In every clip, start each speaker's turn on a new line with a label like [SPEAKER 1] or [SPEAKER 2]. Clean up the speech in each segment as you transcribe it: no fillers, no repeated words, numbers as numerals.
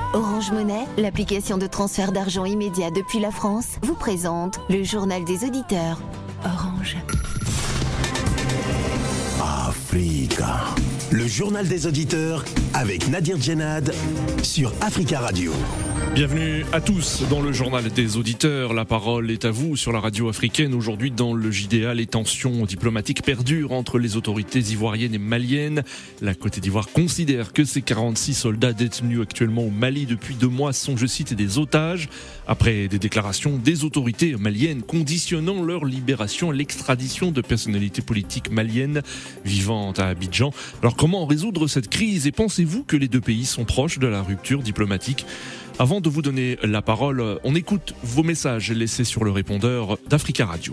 [SPEAKER 1] Orange Monnaie, l'application de transfert d'argent immédiat depuis la France, vous présente le journal des auditeurs. Orange.
[SPEAKER 2] Africa. Le journal des auditeurs avec Nadir Djenad sur Africa Radio.
[SPEAKER 3] Bienvenue à tous dans le journal des auditeurs. La parole est à vous sur la radio africaine. Aujourd'hui dans le JDA, les tensions diplomatiques perdurent entre les autorités ivoiriennes et maliennes. La Côte d'Ivoire considère que ces 46 soldats détenus actuellement au Mali depuis 2 mois sont, je cite, des otages. Après des déclarations des autorités maliennes conditionnant leur libération à l'extradition de personnalités politiques maliennes vivant à Abidjan. Alors comment résoudre cette crise et pensez-vous que les deux pays sont proches de la rupture diplomatique ? Avant de vous donner la parole, on écoute vos messages laissés sur le répondeur d'Africa Radio.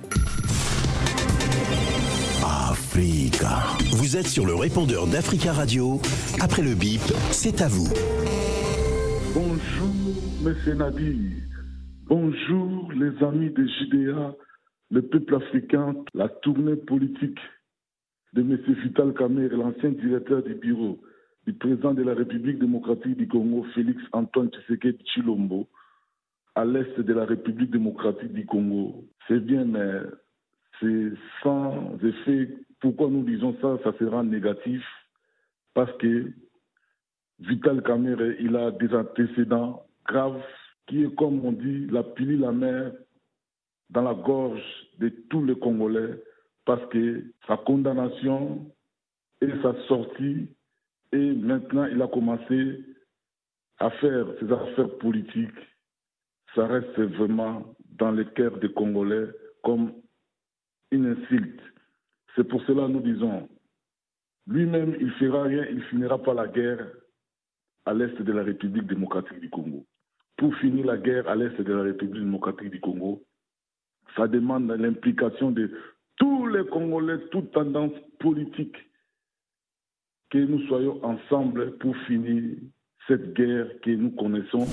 [SPEAKER 2] Africa. Vous êtes sur le répondeur d'Africa Radio. Après le bip, c'est à vous.
[SPEAKER 4] Bonjour, M. Nadir. Bonjour, les amis de JDA, le peuple africain. La tournée politique de M. Vital Kamerhe, l'ancien directeur du bureau du président de la République démocratique du Congo, Félix Antoine Tshisekedi Tshilombo, à l'est de la République démocratique du Congo. C'est bien, mais c'est sans effet. Pourquoi nous disons ça? Ça sera négatif, parce que Vital Kamerhe, il a des antécédents graves qui est, comme on dit, la pilule amère dans la gorge de tous les Congolais, parce que sa condamnation et sa sortie, et maintenant, il a commencé à faire ses affaires politiques. Ça reste vraiment dans les cœurs des Congolais comme une insulte. C'est pour cela que nous disons, lui-même, il ne fera rien, il ne finira pas la guerre à l'est de la République démocratique du Congo. Pour finir la guerre à l'est de la République démocratique du Congo, ça demande l'implication de tous les Congolais, toute tendance politique, que nous soyons ensemble pour finir cette guerre que nous connaissons.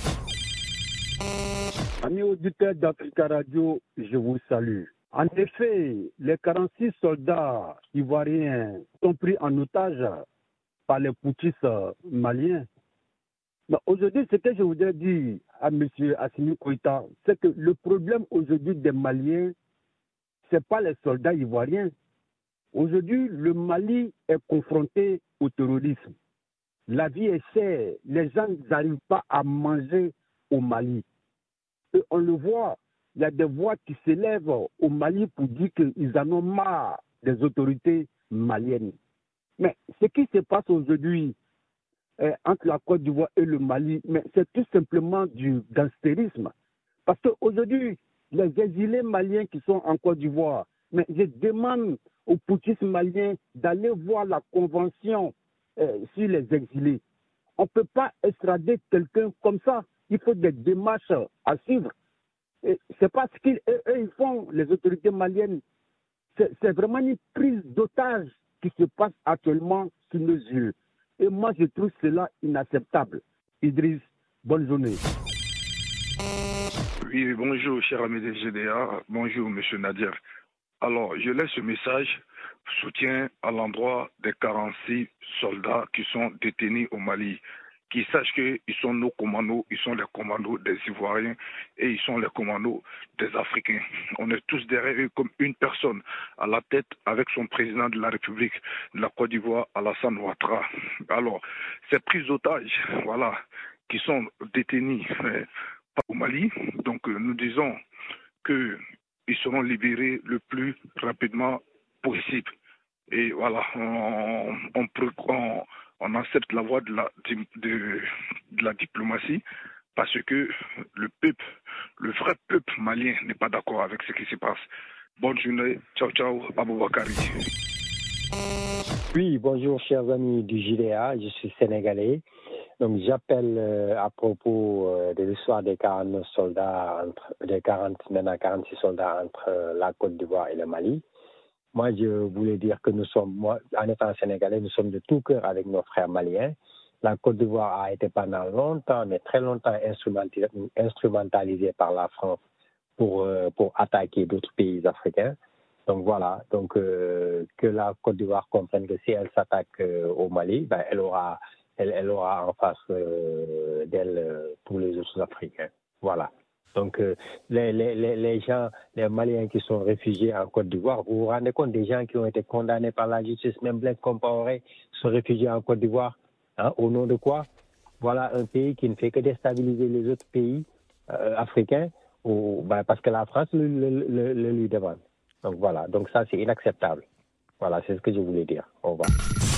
[SPEAKER 5] Amis auditeurs d'Africa Radio, je vous salue. En effet, les 46 soldats ivoiriens sont pris en otage par les putschistes maliens. Mais aujourd'hui, ce que je voudrais dire à M. Assimi Goïta, c'est que le problème aujourd'hui des Maliens, ce n'est pas les soldats ivoiriens. Aujourd'hui, le Mali est confronté au terrorisme. La vie est chère. Les gens n'arrivent pas à manger au Mali. Et on le voit, il y a des voix qui s'élèvent au Mali pour dire qu'ils en ont marre des autorités maliennes. Mais ce qui se passe aujourd'hui entre la Côte d'Ivoire et le Mali, mais c'est tout simplement du gangstérisme. Parce qu'aujourd'hui, les exilés maliens qui sont en Côte d'Ivoire, mais je demande aux putschistes maliens d'aller voir la convention sur les exilés. On ne peut pas extrader quelqu'un comme ça. Il faut des démarches à suivre. C'est pas ce qu'ils font, les autorités maliennes. C'est vraiment une prise d'otage qui se passe actuellement sous nos yeux. Et moi, je trouve cela inacceptable. Idriss, bonne journée.
[SPEAKER 6] Oui, bonjour, cher ami des GDA. Bonjour, M. Nadir. Alors, je laisse ce message, soutien à l'endroit des 46 soldats qui sont détenus au Mali, qui sachent qu'ils sont nos commandos, ils sont les commandos des Ivoiriens et ils sont les commandos des Africains. On est tous derrière eux comme une personne à la tête avec son président de la République de la Côte d'Ivoire, Alassane Ouattara. Alors, ces prises d'otages, voilà, qui sont détenus au Mali, donc nous disons que ils seront libérés le plus rapidement possible. Et voilà, on accepte la voie de la diplomatie parce que le peuple, le vrai peuple malien n'est pas d'accord avec ce qui se passe. Bonne journée, ciao ciao, Aboubakari.
[SPEAKER 7] Oui, bonjour chers amis du JDA, je suis sénégalais. Donc j'appelle à propos de l'histoire des 49 soldats, maintenant 46 soldats entre la Côte d'Ivoire et le Mali. Moi, je voulais dire que en étant sénégalais, nous sommes de tout cœur avec nos frères maliens. La Côte d'Ivoire a été pendant longtemps, mais très longtemps, instrumentalisée par la France pour attaquer d'autres pays africains. Donc voilà, que la Côte d'Ivoire comprenne que si elle s'attaque au Mali, elle aura en face modèle pour les autres Africains. Voilà. Donc, les gens, les Maliens qui sont réfugiés en Côte d'Ivoire, vous vous rendez compte des gens qui ont été condamnés par la justice, même Blaise Compaoré, sont réfugiés en Côte d'Ivoire. Au nom de quoi? Voilà un pays qui ne fait que déstabiliser les autres pays africains, parce que la France le lui demande. Donc voilà, donc ça c'est inacceptable. Voilà, c'est ce que je voulais dire. Au revoir.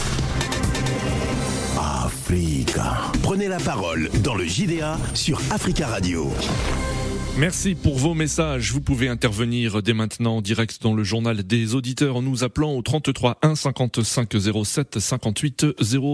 [SPEAKER 2] Africa. Prenez la parole dans le JDA sur Africa Radio.
[SPEAKER 3] Merci pour vos messages. Vous pouvez intervenir dès maintenant en direct dans le journal des auditeurs en nous appelant au 33 1 55 07 58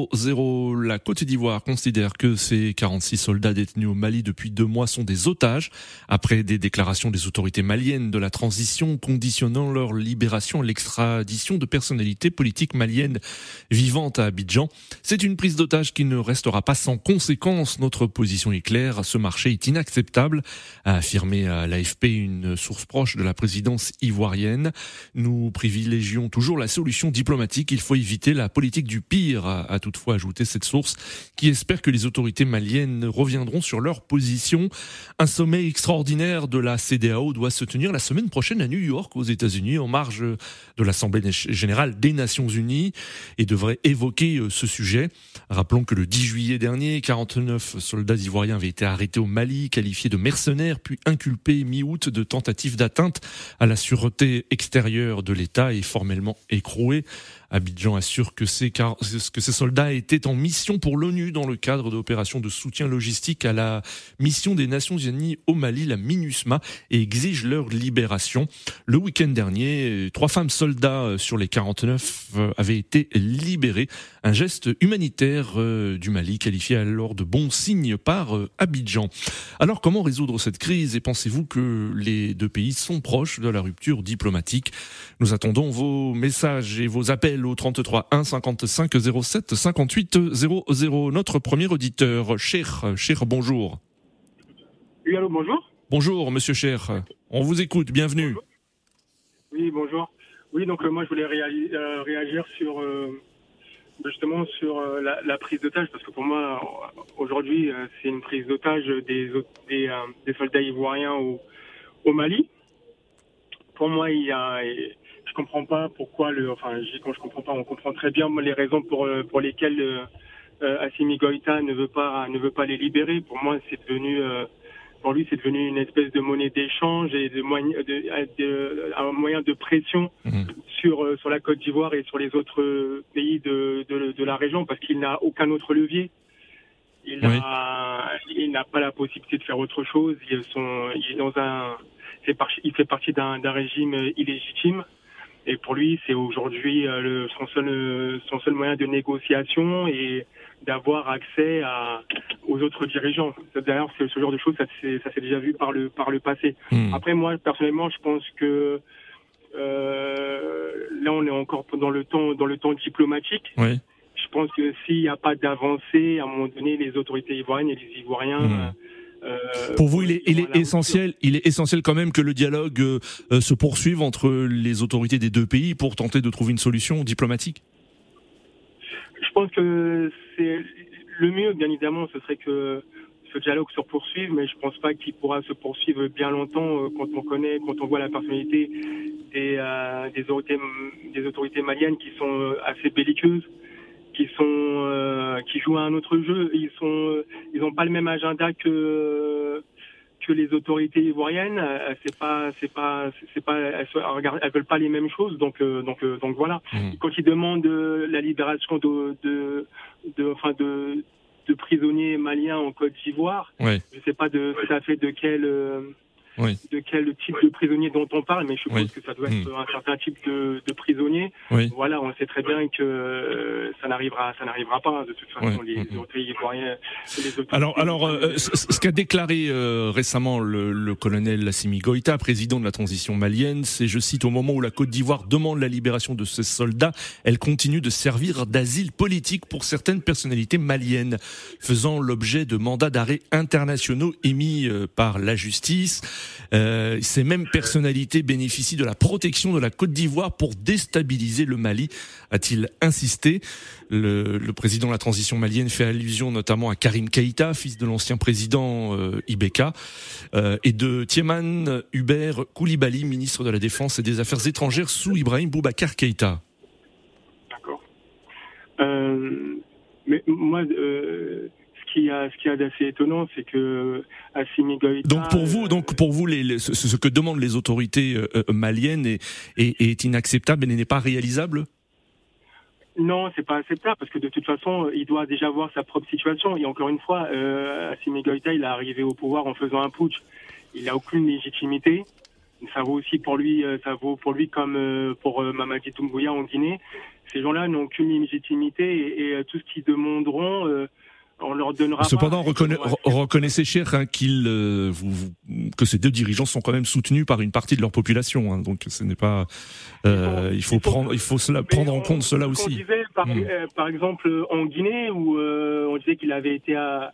[SPEAKER 3] 00. La Côte d'Ivoire considère que ces 46 soldats détenus au Mali depuis 2 mois sont des otages après des déclarations des autorités maliennes de la transition conditionnant leur libération à l'extradition de personnalités politiques maliennes vivantes à Abidjan. C'est une prise d'otage qui ne restera pas sans conséquence. Notre position est claire. Ce marché est inacceptable, a affirmé à l'AFP une source proche de la présidence ivoirienne. Nous privilégions toujours la solution diplomatique. Il faut éviter la politique du pire, a toutefois ajouté cette source, qui espère que les autorités maliennes reviendront sur leur position. Un sommet extraordinaire de la CEDEAO doit se tenir la semaine prochaine à New York, aux États-Unis, en marge de l'Assemblée générale des Nations Unies, et devrait évoquer ce sujet. Rappelons que le 10 juillet dernier, 49 soldats ivoiriens avaient été arrêtés au Mali, qualifiés de mercenaires, puis inculpé mi-août de tentative d'atteinte à la sûreté extérieure de l'État et formellement écroué. Abidjan assure que ces soldats étaient en mission pour l'ONU dans le cadre d'opérations de soutien logistique à la mission des Nations Unies au Mali, la MINUSMA, et exige leur libération. Le week-end dernier, 3 femmes soldats sur les 49 avaient été libérées. Un geste humanitaire du Mali qualifié alors de bon signe par Abidjan. Alors comment résoudre cette crise et pensez-vous que les 2 pays sont proches de la rupture diplomatique? Nous attendons vos messages et vos appels au 33 1 55 07 58 00. Notre premier auditeur, Cher, bonjour.
[SPEAKER 8] Oui, allô, bonjour.
[SPEAKER 3] Bonjour, monsieur Cher. On vous écoute, bienvenue.
[SPEAKER 8] Bonjour. Oui, bonjour. Oui, donc moi je voulais réagir sur justement sur la prise d'otage, parce que pour moi aujourd'hui c'est une prise d'otage des soldats ivoiriens au Mali. Pour moi, je comprends pas pourquoi quand je comprends pas, on comprend très bien les raisons pour lesquelles Assimi Goïta ne veut pas les libérer. Pour moi, pour lui, c'est devenu une espèce de monnaie d'échange et un moyen de pression sur la Côte d'Ivoire et sur les autres pays de la région, parce qu'il n'a aucun autre levier. Il n'a pas la possibilité de faire autre chose. Il fait partie d'un régime illégitime. Et pour lui, c'est aujourd'hui son seul moyen de négociation et d'avoir accès aux autres dirigeants. D'ailleurs, ce genre de choses, ça s'est déjà vu par le passé. Après, moi, personnellement, je pense que là, on est encore dans le temps diplomatique. Oui. Je pense que s'il n'y a pas d'avancée, à un moment donné, les autorités ivoiriennes et les Ivoiriens...
[SPEAKER 3] Pour vous, il est essentiel quand même que le dialogue se poursuive entre les autorités des 2 pays pour tenter de trouver une solution diplomatique.
[SPEAKER 8] Je pense que c'est le mieux, bien évidemment, ce serait que ce dialogue se poursuive, mais je pense pas qu'il pourra se poursuivre bien longtemps quand on voit la personnalité des autorités maliennes qui sont assez belliqueuses, qui jouent à un autre jeu. Ils ont pas le même agenda que les autorités ivoiriennes. Elles veulent pas les mêmes choses. Donc voilà. Quand ils demandent la libération de prisonniers maliens en Côte d'Ivoire, je sais pas tout à fait de quel type de prisonnier dont on parle, mais je suppose que ça doit être un certain type de prisonnier. Voilà, on sait très bien que ça n'arrivera pas de toute façon. Les autorités ivoiriens.
[SPEAKER 3] Alors, ce qu'a déclaré récemment le colonel Assimi Goïta, président de la transition malienne, c'est, je cite, au moment où la Côte d'Ivoire demande la libération de ses soldats, elle continue de servir d'asile politique pour certaines personnalités maliennes, faisant l'objet de mandats d'arrêt internationaux émis par la justice. Ces mêmes personnalités bénéficient de la protection de la Côte d'Ivoire pour déstabiliser le Mali, a-t-il insisté. Le président de la transition malienne fait allusion notamment à Karim Keïta, fils de l'ancien président Ibeka, et de Tieman Hubert Koulibaly, ministre de la Défense et des Affaires étrangères sous Ibrahim Boubacar Keïta.
[SPEAKER 8] D'accord. Mais moi, ce qu'il y a d'assez étonnant, c'est que Assimi Goïta...
[SPEAKER 3] Donc pour vous, ce que demandent les autorités maliennes est inacceptable et n'est pas réalisable ?
[SPEAKER 8] Non, c'est pas acceptable parce que de toute façon, il doit déjà voir sa propre situation. Et encore une fois, Assimi Goïta, il est arrivé au pouvoir en faisant un putsch. Il n'a aucune légitimité. Ça vaut aussi pour lui, comme pour Mamadi Doumbouya en Guinée. Ces gens-là n'ont aucune légitimité et tout ce qu'ils demanderont, on leur donnera.
[SPEAKER 3] Cependant, reconnaissez, cher, que ces deux dirigeants sont quand même soutenus par une partie de leur population. Hein, donc, ce n'est pas. Il faut prendre en compte cela aussi.
[SPEAKER 8] On disait, par exemple, en Guinée, où on disait qu'il avait été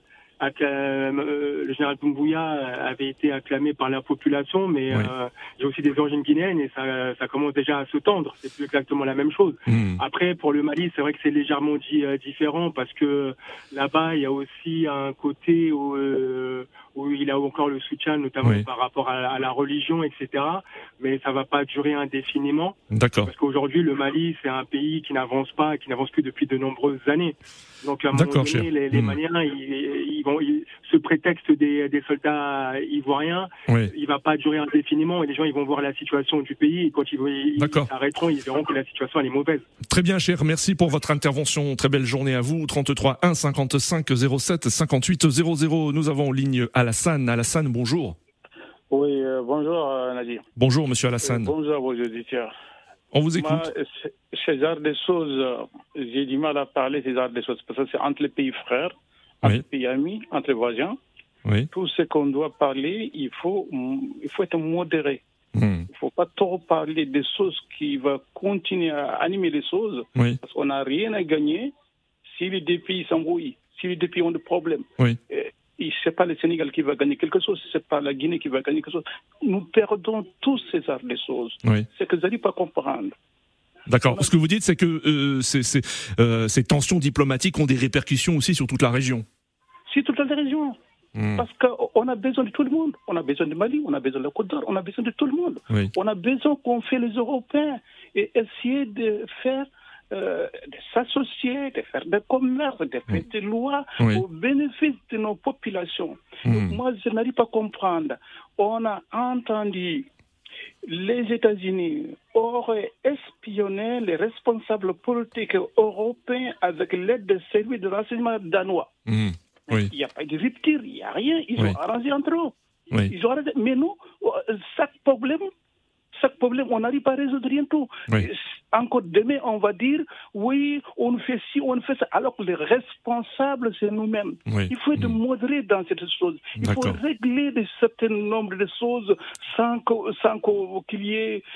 [SPEAKER 8] le général Doumbouya avait été acclamé par la population, mais j'ai aussi des origines guinéennes et ça commence déjà à se tendre. C'est plus exactement la même chose. Après, pour le Mali, c'est vrai que c'est légèrement différent parce que là-bas, il y a aussi un côté où il a encore le soutien, notamment par rapport à la religion, etc. Mais ça va pas durer indéfiniment.
[SPEAKER 3] D'accord.
[SPEAKER 8] Parce qu'aujourd'hui, le Mali, c'est un pays qui n'avance plus depuis de nombreuses années. Donc, à un moment donné, les Maliens, ce prétexte des soldats ivoiriens, il va pas durer indéfiniment et les gens, ils vont voir la situation du pays et quand ils s'arrêteront, ils verront que la situation, elle est mauvaise.
[SPEAKER 3] Très bien, cher. Merci pour votre intervention. Très belle journée à vous. 33 1 55 07 58 00. Nous avons en ligne Alassane. Alassane, bonjour.
[SPEAKER 9] Oui, bonjour Nadir.
[SPEAKER 3] Bonjour, monsieur Alassane.
[SPEAKER 9] Bonjour à vos auditeurs.
[SPEAKER 3] On vous écoute.
[SPEAKER 9] Moi, ces genres de choses, j'ai du mal à parler ces genres de choses parce que c'est entre les pays frères, entre les pays amis, entre les voisins.
[SPEAKER 3] Oui.
[SPEAKER 9] Tout ce qu'on doit parler, il faut être modéré. Il ne faut pas trop parler des choses qui vont continuer à animer les choses parce qu'on n'a rien à gagner si les deux pays s'embrouillent, si les deux pays ont des problèmes. C'est pas le Sénégal qui va gagner quelque chose, c'est pas la Guinée qui va gagner quelque chose. Nous perdons tous ces genres de choses. C'est que vous n'allez pas comprendre.
[SPEAKER 3] D'accord. Ce que vous dites, c'est que ces tensions diplomatiques ont des répercussions aussi sur toute la région.
[SPEAKER 9] Sur toute la région. Parce qu'on a besoin de tout le monde. On a besoin du Mali, on a besoin de la Côte d'Or, on a besoin de tout le monde. On a besoin qu'on fait les Européens et essayer de faire, de s'associer, de faire des commerces, de faire des lois au bénéfice de nos populations. Donc, moi, je n'arrive pas à comprendre. On a entendu les États-Unis auraient espionné les responsables politiques européens avec l'aide de services de renseignement danois. Il n'y a pas de rupture, il n'y a rien. Ils ont arrangé entre eux. Ils ont arrangé. Mais nous, chaque problème, on n'arrive pas à résoudre rien tout. Encore demain, on va dire, oui, on fait ci, on fait ça, alors que les responsables, c'est nous-mêmes. Il faut être modéré dans cette chose. Il faut régler un certain nombre de choses sans qu'il y ait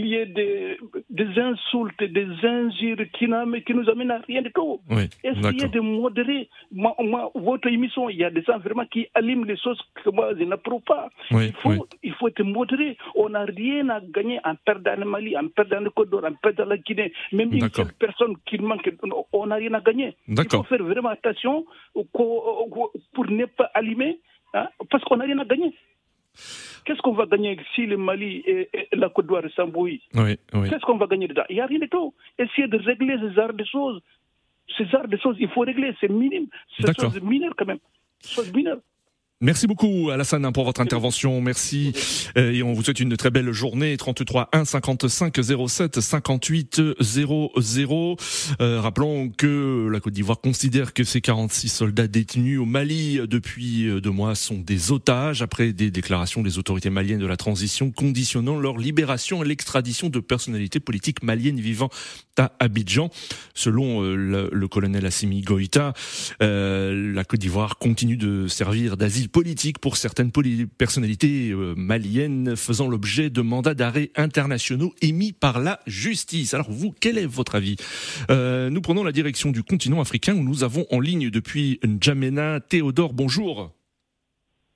[SPEAKER 9] des insultes, des injures qui nous amènent à rien du tout. Essayez de modérer. Moi, votre émission, il y a des gens vraiment qui allument les choses que moi, je n'approuve pas. Il faut être modéré. On n'a rien à gagner en perdant le Mali, en perdant le Côte d'Or, en perdant la Guinée. Même une seule personne qui manque, on n'a rien à gagner. Il faut faire vraiment attention pour ne pas allumer, parce qu'on n'a rien à gagner. Qu'est-ce qu'on va gagner si le Mali et la Côte d'Ivoire s'embrouillent? Qu'est-ce qu'on va gagner dedans? Il n'y a rien du tout. Essayez de régler ces genres de choses. Ces genres de choses, il faut régler. C'est minime. C'est des choses mineures quand même. Choses mineures.
[SPEAKER 3] Merci beaucoup Alassane pour votre intervention, merci et on vous souhaite une très belle journée. 33 1 55 07 58 00. Rappelons que la Côte d'Ivoire considère que ces 46 soldats détenus au Mali depuis 2 mois sont des otages après des déclarations des autorités maliennes de la transition conditionnant leur libération et l'extradition de personnalités politiques maliennes vivant à Abidjan. Selon le colonel Assimi Goïta, la Côte d'Ivoire continue de servir d'asile politique pour certaines personnalités maliennes faisant l'objet de mandats d'arrêt internationaux émis par la justice. Alors vous, quel est votre avis? Nous prenons la direction du continent africain où nous avons en ligne depuis N'Djamena Théodore. Bonjour.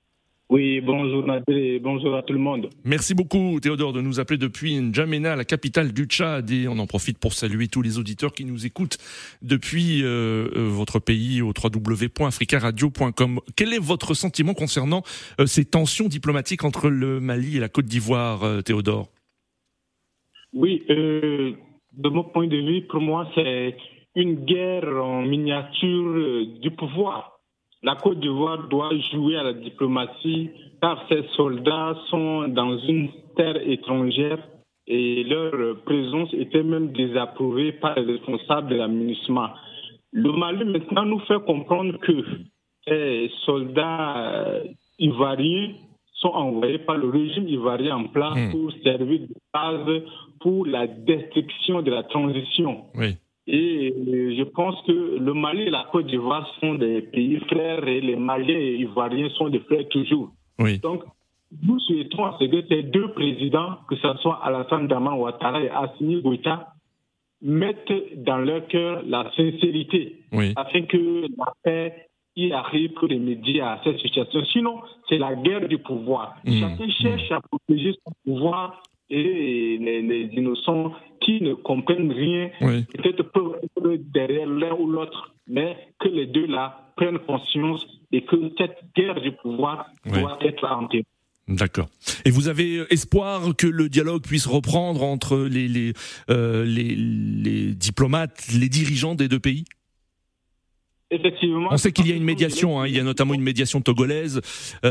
[SPEAKER 10] Oui, bonjour Nadir et bonjour à tout le monde.
[SPEAKER 3] Merci beaucoup Théodore de nous appeler depuis N'Djamena, la capitale du Tchad, et on en profite pour saluer tous les auditeurs qui nous écoutent depuis votre pays au www.africaradio.com. Quel est votre sentiment concernant ces tensions diplomatiques entre le Mali et la Côte d'Ivoire, Théodore ?
[SPEAKER 10] Oui, de mon point de vue, pour moi, c'est une guerre en miniature du pouvoir. La Côte d'Ivoire doit jouer à la diplomatie car ses soldats sont dans une terre étrangère et leur présence était même désapprouvée par les responsables de l'aménagement. Le Mali maintenant nous fait comprendre que les soldats ivoiriens sont envoyés par le régime ivoirien en place pour servir de base pour la destruction de la transition.
[SPEAKER 3] Oui.
[SPEAKER 10] Et je pense que le Mali et la Côte d'Ivoire sont des pays frères et les Maliens et Ivoiriens sont des frères toujours.
[SPEAKER 3] Oui.
[SPEAKER 10] Donc, nous souhaitons à ce que ces deux présidents, que ce soit Alassane Dramane Ouattara et Assimi Goïta, mettent dans leur cœur la sincérité afin que la paix y arrive pour remédier à cette situation. Sinon, c'est la guerre du pouvoir. Chacun cherche à protéger son pouvoir et les innocents qui ne comprennent rien, peut-être peuvent être derrière l'un ou l'autre, mais que les deux là prennent conscience et que cette guerre du pouvoir doit être enterrée.
[SPEAKER 3] D'accord. Et vous avez espoir que le dialogue puisse reprendre entre les diplomates, les dirigeants des deux pays ?
[SPEAKER 10] Effectivement.
[SPEAKER 3] On sait qu'il y a une médiation, il y a notamment une médiation togolaise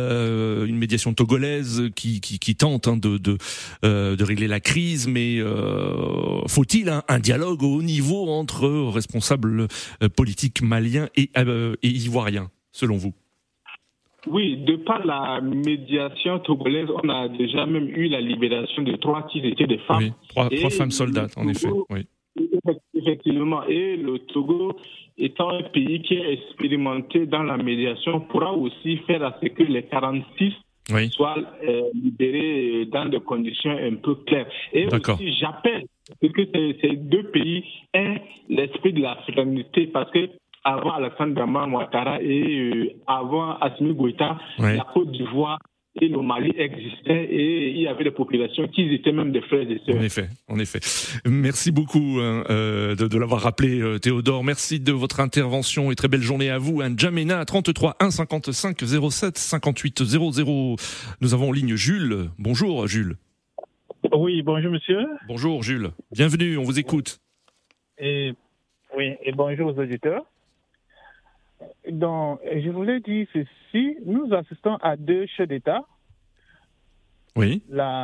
[SPEAKER 3] qui tente de régler la crise, mais faut-il un dialogue au haut niveau entre responsables politiques maliens et ivoiriens, selon vous ?
[SPEAKER 10] Oui, de par la médiation togolaise, on a déjà même eu la libération de 3 qui étaient des femmes.
[SPEAKER 3] Oui, 3 femmes soldates, en effet. Oui.
[SPEAKER 10] Effectivement, et le Togo, étant un pays qui est expérimenté dans la médiation, pourra aussi faire à ce que les 46 soient libérés dans des conditions un peu claires. Et aussi, j'appelle que ces deux pays aient l'esprit de la fraternité, parce que avant Alassane Dramane Ouattara et avant Assimi Goïta, la Côte d'Ivoire et le Mali existait et il y avait des populations qui étaient même des frères et sœurs.
[SPEAKER 3] En effet. Merci beaucoup de l'avoir rappelé, Théodore. Merci de votre intervention et très belle journée à vous. N'Djamena 33 1 55 07 58 00. Nous avons en ligne Jules. Bonjour Jules.
[SPEAKER 11] Oui, bonjour monsieur.
[SPEAKER 3] Bonjour Jules. Bienvenue, on vous écoute.
[SPEAKER 11] Et bonjour aux auditeurs. Donc, je voulais dire ceci, nous assistons à 2 chefs d'État.
[SPEAKER 3] Oui.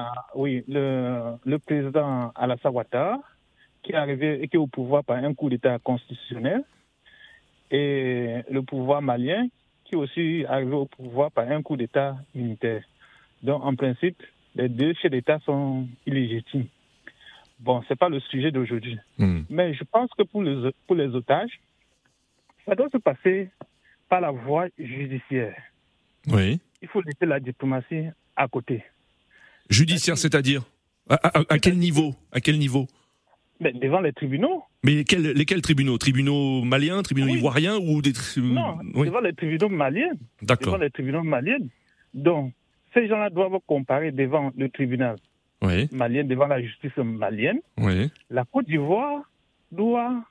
[SPEAKER 11] Le président Alassane Ouattara, qui est arrivé et qui est au pouvoir par un coup d'État constitutionnel, et le pouvoir malien, qui est aussi arrivé au pouvoir par un coup d'État militaire. Donc, en principe, les 2 chefs d'État sont illégitimes. Bon, c'est pas le sujet d'aujourd'hui. Mais je pense que pour les otages, ça doit se passer par la voie judiciaire.
[SPEAKER 3] Oui.
[SPEAKER 11] Il faut laisser la diplomatie à côté.
[SPEAKER 3] Judiciaire, c'est-à-dire à quel niveau ? À quel niveau ?
[SPEAKER 11] Mais devant les tribunaux.
[SPEAKER 3] Mais lesquels tribunaux ? Tribunaux maliens, tribunaux ivoiriens ou des
[SPEAKER 11] Non, devant les tribunaux maliens.
[SPEAKER 3] D'accord.
[SPEAKER 11] Devant les tribunaux maliens. Donc, ces gens-là doivent comparer devant le tribunal malien, devant la justice malienne.
[SPEAKER 3] Oui.
[SPEAKER 11] La Côte d'Ivoire doit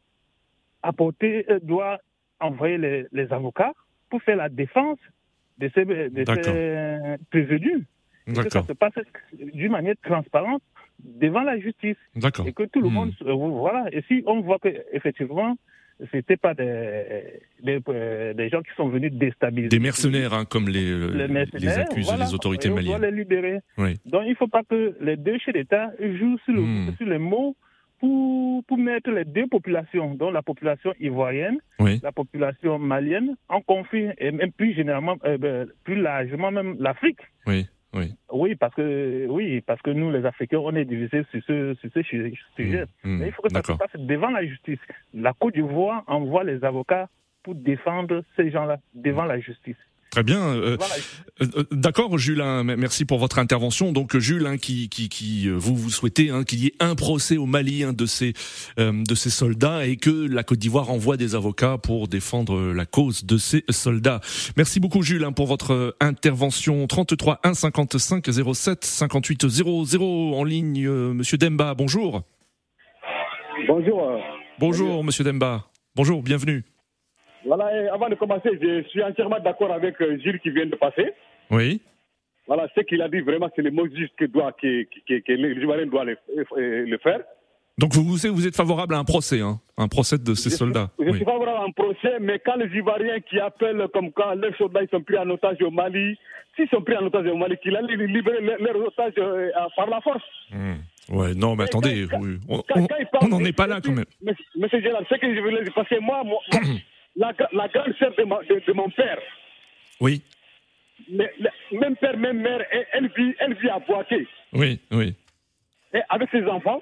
[SPEAKER 11] envoyer les avocats pour faire la défense de ces prévenus. Que ça se passe d'une manière transparente devant la justice.
[SPEAKER 3] D'accord.
[SPEAKER 11] Et que tout le monde... Voilà. Et si on voit qu'effectivement, ce n'était pas des gens qui sont venus déstabiliser.
[SPEAKER 3] Des mercenaires, comme les accusent les autorités maliennes.
[SPEAKER 11] On doit les libérer.
[SPEAKER 3] Oui.
[SPEAKER 11] Donc il ne faut pas que les 2 chefs d'État jouent sur les mots pour mettre les 2 populations, donc la population ivoirienne, la population malienne, en conflit, et même plus généralement, plus largement même l'Afrique. Oui, parce que nous, les Africains, on est divisés sur ce sujet. Mais il faut que ça se passe devant la justice. La Côte d'Ivoire envoie les avocats pour défendre ces gens-là devant la justice.
[SPEAKER 3] Très bien. D'accord, Jules. Merci pour votre intervention. Donc, Jules, vous souhaitez qu'il y ait un procès au Mali de ces soldats et que la Côte d'Ivoire envoie des avocats pour défendre la cause de ces soldats. Merci beaucoup, Jules, pour votre intervention. 33 1 55 07 58 00 en ligne. Monsieur Demba, bonjour.
[SPEAKER 12] Bonjour.
[SPEAKER 3] Bonjour, Monsieur Demba. Bonjour, bienvenue.
[SPEAKER 12] Voilà, et avant de commencer, je suis entièrement d'accord avec Gilles qui vient de passer.
[SPEAKER 3] Oui.
[SPEAKER 12] Voilà, ce qu'il a dit, vraiment, c'est le mot juste que les Ivoiriens doivent le faire.
[SPEAKER 3] Donc vous êtes favorable à un procès de ces soldats.
[SPEAKER 12] Je suis favorable à un procès, mais quand les Ivoiriens qui appellent comme quand leurs soldats ils sont pris en otage au Mali, s'ils sont pris en otage au Mali, qu'ils allaient libérer leurs otages par la force.
[SPEAKER 3] Ouais, non, mais attendez, on n'en est pas là quand même.
[SPEAKER 12] Monsieur Gérald, ce que je voulais dire, parce que moi, la grande sœur de mon père.
[SPEAKER 3] Oui.
[SPEAKER 12] Même père, même mère, elle vit à Boaké.
[SPEAKER 3] Oui.
[SPEAKER 12] Et avec ses enfants.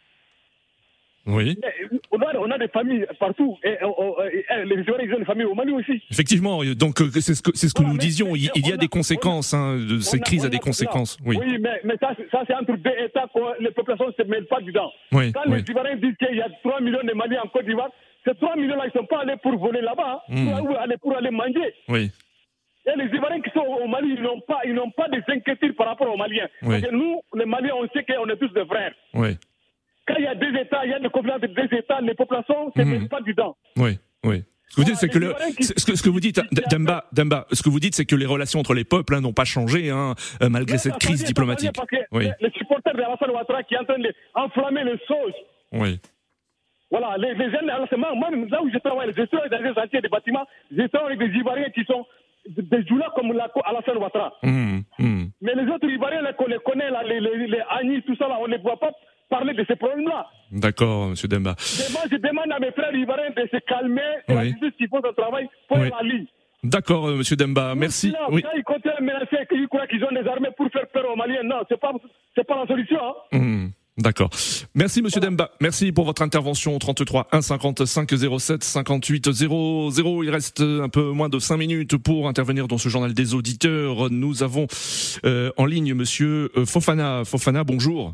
[SPEAKER 3] Oui.
[SPEAKER 12] On a des familles partout. Et les Ivoiriens, ils ont des familles au Mali aussi.
[SPEAKER 3] Effectivement, donc c'est ce que nous disions. Il y a des conséquences, de ces crises a des conséquences. Oui,
[SPEAKER 12] mais ça c'est entre deux États que les populations ne se mêlent pas dedans. Quand les Ivoiriens disent qu'il y a 3 millions de Maliens en Côte d'Ivoire, ces 3 millions-là, ils ne sont pas allés pour voler là-bas, pour aller manger.
[SPEAKER 3] Oui.
[SPEAKER 12] Et les Ivoiriens qui sont au Mali, ils n'ont pas des inquiétudes par rapport aux Maliens. Parce que nous, les Maliens, on sait qu'on est tous des frères.
[SPEAKER 3] Oui.
[SPEAKER 12] Quand il y a deux États, il y a des conflits entre deux États, les populations ne se mêlent pas dedans.
[SPEAKER 3] Oui. Ce que vous dites, c'est que ce que vous dites, Demba, ce que vous dites, c'est que les relations entre les peuples n'ont pas changé, malgré cette crise diplomatique.
[SPEAKER 12] Parce que les supporters de Alassane Ouattara qui sont en train d'enflammer les choses.
[SPEAKER 3] Oui.
[SPEAKER 12] Voilà, les jeunes, moi, là où je travaille, je suis dans des chantiers de bâtiments, je travaille avec des Ivoiriens qui sont des joueurs comme Alassane Ouattara. Mais les autres Ivoiriens, qu'on les connaît, là, les Agnis, tout ça, là, on ne les voit pas parler de ces problèmes-là.
[SPEAKER 3] D'accord, M. Demba.
[SPEAKER 12] Je demande à mes frères Ivoiriens de se calmer et la justice qui font son travail pour la ligne.
[SPEAKER 3] D'accord, M. Demba, merci.
[SPEAKER 12] Quand ils continuent à menacer, ils croient qu'ils ont des armées pour faire peur aux Maliens, non, c'est pas la solution.
[SPEAKER 3] D'accord. Merci Monsieur Demba. Merci pour votre intervention. 33 1 55 07 58 00. Il reste un peu moins de 5 minutes pour intervenir dans ce journal des auditeurs. Nous avons en ligne Monsieur Fofana. Fofana, bonjour.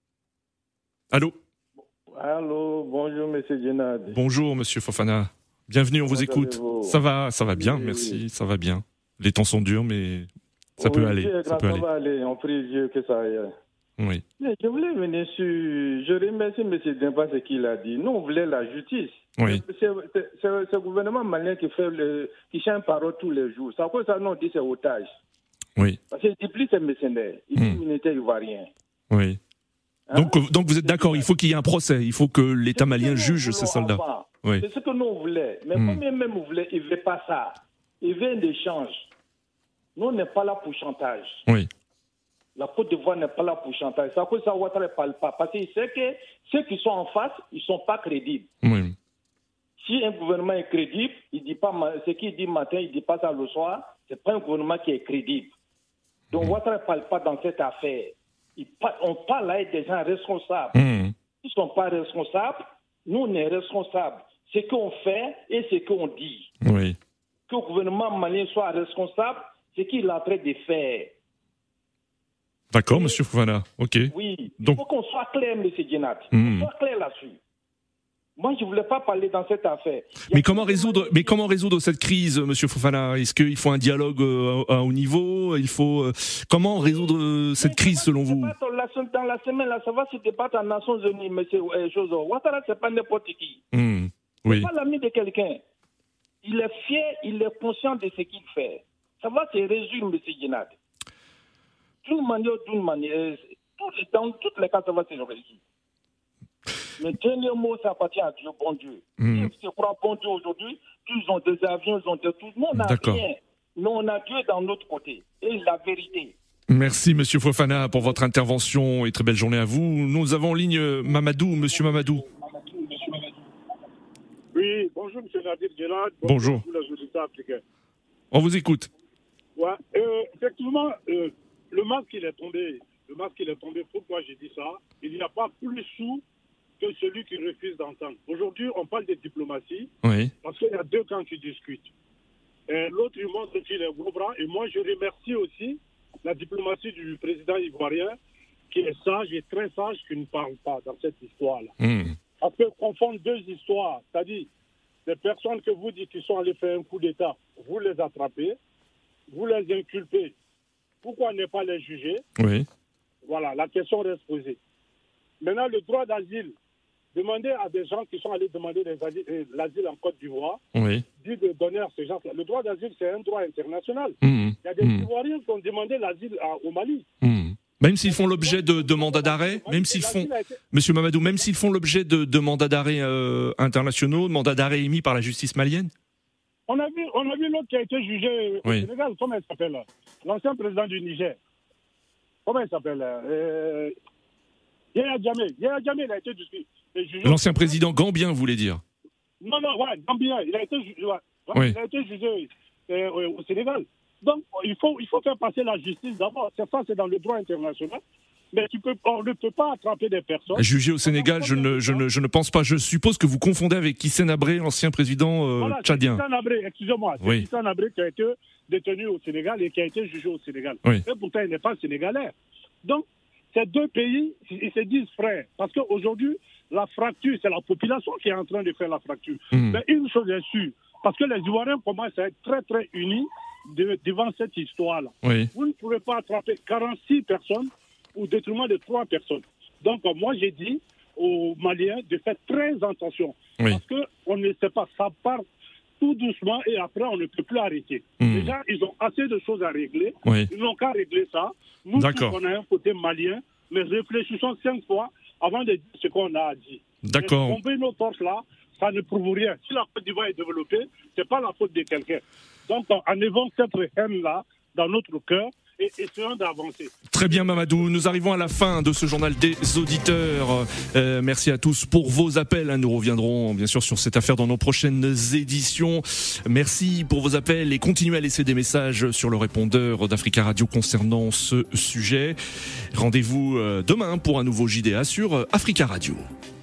[SPEAKER 3] Allô.
[SPEAKER 13] Allô, bonjour Monsieur Djenad.
[SPEAKER 3] Bonjour Monsieur Fofana. Bienvenue, on vous écoute. Ça va bien, oui, merci, ça va bien. Les temps sont durs, mais ça peut aller. Ça
[SPEAKER 13] va aller. On prie Dieu que ça aille.
[SPEAKER 3] Oui.
[SPEAKER 13] Mais je voulais venir sur. Je remercie M. Demba ce qu'il a dit. Nous, on voulait la justice.
[SPEAKER 3] Oui.
[SPEAKER 13] C'est ce gouvernement malien qui change parole tous les jours. Ça cause ça, non, on dit c'est otage.
[SPEAKER 3] Oui.
[SPEAKER 13] Parce qu'il dit plus c'est mercenaire. Il dit militaire ivoirien.
[SPEAKER 3] Oui. Donc vous êtes d'accord, il faut qu'il y ait un procès, il faut que l'État malien juge ces soldats. Oui.
[SPEAKER 13] C'est ce que nous on voulait. Mais combien même on voulait, il ne veut pas ça. Il veut un échange. Nous, on n'est pas là pour chantage.
[SPEAKER 3] Oui.
[SPEAKER 13] La Côte d'Ivoire n'est pas là pour chantage. C'est à cause de ça Ouattara ne parle pas. Parce qu'il sait que ceux qui sont en face, ils ne sont pas crédibles.
[SPEAKER 3] Oui.
[SPEAKER 13] Si un gouvernement est crédible, il dit pas ce qu'il dit matin, il ne dit pas ça le soir, ce n'est pas un gouvernement qui est crédible. Donc Ouattara ne parle pas dans cette affaire. On parle là des gens responsables. Ils ne sont pas responsables. Nous, on est responsables. Ce qu'on fait et ce qu'on dit.
[SPEAKER 3] Oui.
[SPEAKER 13] Que le gouvernement malien soit responsable, c'est ce qu'il est en train de faire.
[SPEAKER 3] D'accord, Monsieur Fofana. Ok.
[SPEAKER 13] Oui. Il faut qu'on soit clair, M. Djenad. On soit clair là-dessus. Moi, je ne voulais pas parler dans cette affaire.
[SPEAKER 3] Mais comment résoudre cette crise, Monsieur Fofana? Est-ce qu'il faut un dialogue à haut niveau? Comment résoudre cette crise selon vous?
[SPEAKER 13] Dans la semaine, là, ça va se débattre en Nations Unies, M. Chozo. Ouattara, ce n'est pas n'importe qui.
[SPEAKER 3] Oui.
[SPEAKER 13] Ce n'est pas l'ami de quelqu'un. Il est fier, il est conscient de ce qu'il fait. Ça va se résoudre, M. Djenad. D'une manière, dans toutes les cas, ça va se résoudre. Le dernier mot, ça appartient à Dieu, bon Dieu. Si tu crois bon Dieu aujourd'hui, ils ont des avions, ils ont de tout. Nous, on n'a rien. Mais on a Dieu dans notre côté. Et la vérité.
[SPEAKER 3] Merci, Monsieur Fofana, pour votre intervention et très belle journée à vous. Nous avons en ligne Mamadou, Monsieur Mamadou.
[SPEAKER 14] Oui, bonjour, Monsieur Nadir Djenad.
[SPEAKER 3] Bonjour.
[SPEAKER 14] Tous les auditeurs africains.
[SPEAKER 3] On vous écoute.
[SPEAKER 14] Ouais, effectivement, le masque, il est tombé. Pourquoi j'ai dit ça? Il n'y a pas plus sous que celui qui refuse d'entendre. Aujourd'hui, on parle de diplomatie, parce qu'il y a deux camps qui discutent. L'autre, il montre qu'il est gros bras. Et moi, je remercie aussi la diplomatie du président ivoirien, qui est sage et très sage, qui ne parle pas dans cette histoire-là. Parce que confondre deux histoires, c'est-à-dire des personnes que vous dites qui sont allées faire un coup d'État, vous les attrapez, vous les inculpez. Pourquoi ne pas les juger?
[SPEAKER 3] Oui.
[SPEAKER 14] Voilà, la question reste posée. Maintenant, le droit d'asile, demandez à des gens qui sont allés demander l'asile en Côte d'Ivoire, dit de donner à ces gens. Le droit d'asile, c'est un droit international. Il y a des Ivoiriens qui ont demandé l'asile au Mali.
[SPEAKER 3] Même s'ils font l'objet de mandats d'arrêt, Monsieur Mamadou, même s'ils font l'objet de mandats d'arrêt internationaux, de mandats d'arrêt émis par la justice malienne.
[SPEAKER 14] On a vu l'autre qui a été jugé au Sénégal, comment il s'appelle? L'ancien président du Niger. Comment il s'appelle? Yaya Jammeh. Yaya Jammeh, il a été jugé.
[SPEAKER 3] L'ancien président gambien, vous voulez dire?
[SPEAKER 14] Non, gambien. Il a été jugé au Sénégal. Donc, il faut faire passer la justice d'abord. C'est dans le droit international. Mais on ne peut pas attraper des personnes.
[SPEAKER 3] Jugé au Sénégal, je ne pense pas. Je suppose que vous confondez avec Hissène Habré, l'ancien président tchadien.
[SPEAKER 14] Hissène Habré, excusez-moi. C'est Hissène Habré qui a été détenu au Sénégal et qui a été jugé au Sénégal. Et pourtant, il n'est pas sénégalais. Donc, ces deux pays, ils se disent frères. Parce qu'aujourd'hui, la fracture, c'est la population qui est en train de faire la fracture. Mais une chose est sûre, parce que les Ivoiriens commencent à être très, très unis devant cette histoire-là. Vous ne pouvez pas attraper 46 personnes au détriment de 3 personnes. Donc, moi, j'ai dit aux Maliens de faire très attention. Parce qu'on ne sait pas, ça part tout doucement et après, on ne peut plus arrêter. Déjà, ils ont assez de choses à régler. Ils n'ont qu'à régler ça. Nous, tous, on a un côté malien, mais réfléchissons 5 fois avant de dire ce qu'on a à dire.
[SPEAKER 3] D'accord.
[SPEAKER 14] Tomber nos torches là, ça ne prouve rien. Si la Côte d'Ivoire est développée, ce n'est pas la faute de quelqu'un. Donc, enlevons cette haine-là dans notre cœur et essayons d'avancer.
[SPEAKER 3] Très bien, Mamadou. Nous arrivons à la fin de ce journal des auditeurs. Merci à tous pour vos appels. Nous reviendrons bien sûr sur cette affaire dans nos prochaines éditions. Merci pour vos appels et continuez à laisser des messages sur le répondeur d'Africa Radio concernant ce sujet. Rendez-vous demain pour un nouveau JDA sur Africa Radio.